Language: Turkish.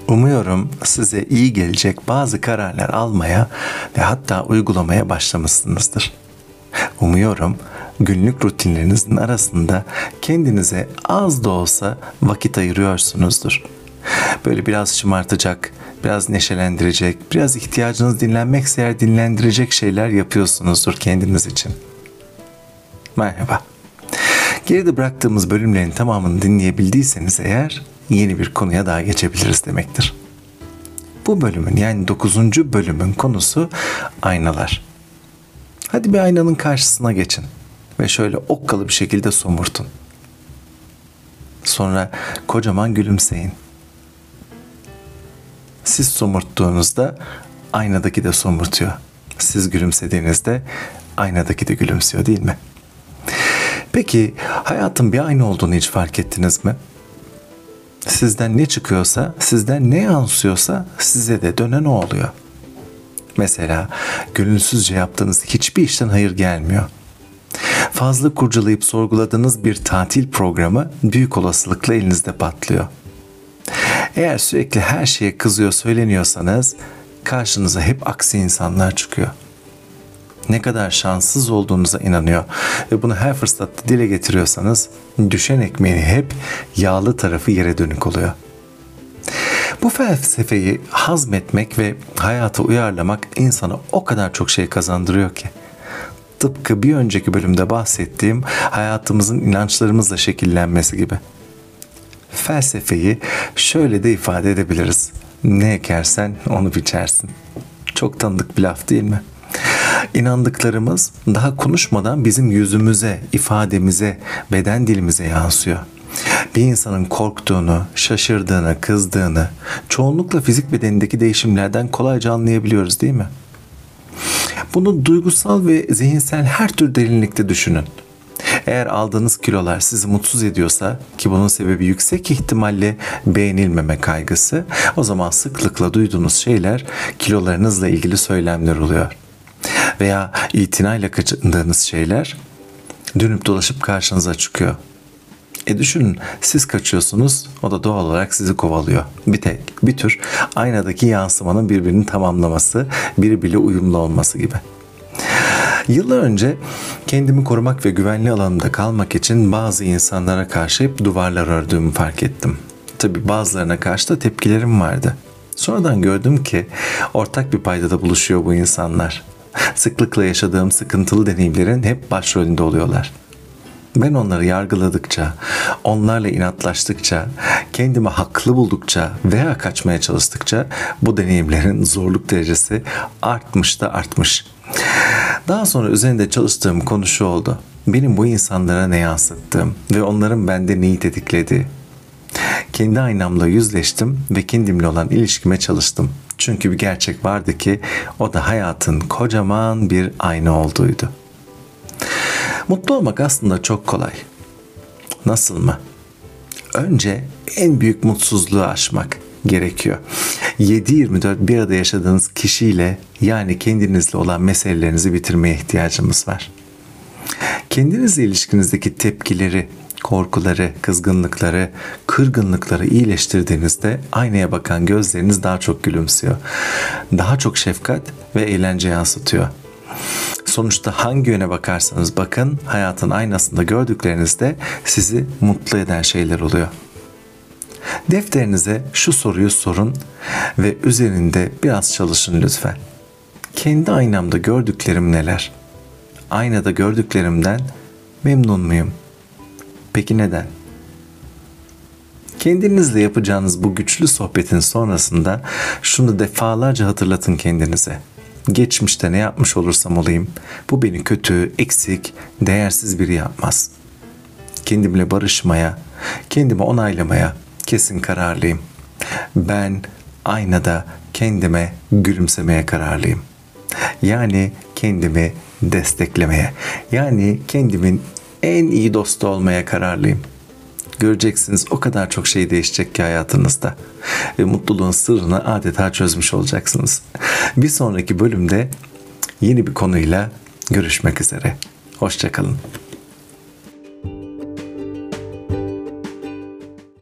Umuyorum size iyi gelecek bazı kararlar almaya ve hatta uygulamaya başlamışsınızdır. Umuyorum günlük rutinlerinizin arasında kendinize az da olsa vakit ayırıyorsunuzdur. Böyle biraz şımartacak, biraz neşelendirecek, biraz ihtiyacınız dinlenmekse eğer dinlendirecek şeyler yapıyorsunuzdur kendiniz için. Merhaba. Geride bıraktığımız bölümlerin tamamını dinleyebildiyseniz eğer yeni bir konuya daha geçebiliriz demektir. Bu bölümün yani 9. bölümün konusu aynalar. Hadi bir aynanın karşısına geçin ve şöyle okkalı bir şekilde somurtun. Sonra kocaman gülümseyin. Siz somurttuğunuzda aynadaki de somurtuyor. Siz gülümsediğinizde aynadaki de gülümsüyor, değil mi? Peki hayatın bir ayna olduğunu hiç fark ettiniz mi? Sizden ne çıkıyorsa, sizden ne yansıyorsa size de dönen o oluyor. Mesela gönülsüzce yaptığınız hiçbir işten hayır gelmiyor. Fazla kurcalayıp sorguladığınız bir tatil programı büyük olasılıkla elinizde patlıyor. Eğer sürekli her şeye kızıyor söyleniyorsanız karşınıza hep aksi insanlar çıkıyor. Ne kadar şanssız olduğunuza inanıyor ve bunu her fırsatta dile getiriyorsanız düşen ekmeğin hep yağlı tarafı yere dönük oluyor. Bu felsefeyi hazmetmek ve hayata uyarlamak insana o kadar çok şey kazandırıyor ki. Tıpkı bir önceki bölümde bahsettiğim hayatımızın inançlarımızla şekillenmesi gibi. Felsefeyi şöyle de ifade edebiliriz. Ne ekersen onu biçersin. Çok tanıdık bir laf değil mi? İnandıklarımız daha konuşmadan bizim yüzümüze, ifademize, beden dilimize yansıyor. Bir insanın korktuğunu, şaşırdığını, kızdığını çoğunlukla fizik bedenindeki değişimlerden kolayca anlayabiliyoruz, değil mi? Bunu duygusal ve zihinsel her tür derinlikte düşünün. Eğer aldığınız kilolar sizi mutsuz ediyorsa ki bunun sebebi yüksek ihtimalle beğenilmeme kaygısı, o zaman sıklıkla duyduğunuz şeyler kilolarınızla ilgili söylemler oluyor. Veya itinayla kaçındığınız şeyler dönüp dolaşıp karşınıza çıkıyor. Düşünün, siz kaçıyorsunuz, o da doğal olarak sizi kovalıyor. Bir tür aynadaki yansımanın birbirini tamamlaması, birbiriyle uyumlu olması gibi. Yıllar önce kendimi korumak ve güvenli alanımda kalmak için bazı insanlara karşı hep duvarlar ördüğümü fark ettim. Tabii bazılarına karşı da tepkilerim vardı. Sonradan gördüm ki ortak bir paydada buluşuyor bu insanlar. Sıklıkla yaşadığım sıkıntılı deneyimlerin hep başrolünde oluyorlar. Ben onları yargıladıkça, onlarla inatlaştıkça, kendimi haklı buldukça veya kaçmaya çalıştıkça bu deneyimlerin zorluk derecesi artmış da artmış. Daha sonra üzerinde çalıştığım konu şu oldu. Benim bu insanlara ne yansıttığım ve onların bende neyi tetiklediği. Kendi aynamla yüzleştim ve kendimle olan ilişkime çalıştım. Çünkü bir gerçek vardı ki o da hayatın kocaman bir ayna olduğuydu. Mutlu olmak aslında çok kolay. Nasıl mı? Önce en büyük mutsuzluğu aşmak gerekiyor. 7/24 bir arada yaşadığınız kişiyle yani kendinizle olan meselelerinizi bitirmeye ihtiyacımız var. Kendinizle ilişkinizdeki tepkileri, korkuları, kızgınlıkları, kırgınlıkları iyileştirdiğinizde aynaya bakan gözleriniz daha çok gülümsüyor. Daha çok şefkat ve eğlence yansıtıyor. Sonuçta hangi yöne bakarsanız bakın hayatın aynasında gördüklerinizde sizi mutlu eden şeyler oluyor. Defterinize şu soruyu sorun ve üzerinde biraz çalışın lütfen. Kendi aynamda gördüklerim neler? Aynada gördüklerimden memnun muyum? Peki neden? Kendinizle yapacağınız bu güçlü sohbetin sonrasında şunu defalarca hatırlatın kendinize. Geçmişte ne yapmış olursam olayım, bu beni kötü, eksik, değersiz biri yapmaz. Kendimle barışmaya, kendimi onaylamaya kesin kararlıyım. Ben aynada kendime gülümsemeye kararlıyım. Yani kendimi desteklemeye, yani kendimin en iyi dostu olmaya kararlıyım. Göreceksiniz o kadar çok şey değişecek ki hayatınızda. Ve mutluluğun sırrını adeta çözmüş olacaksınız. Bir sonraki bölümde yeni bir konuyla görüşmek üzere. Hoşça kalın.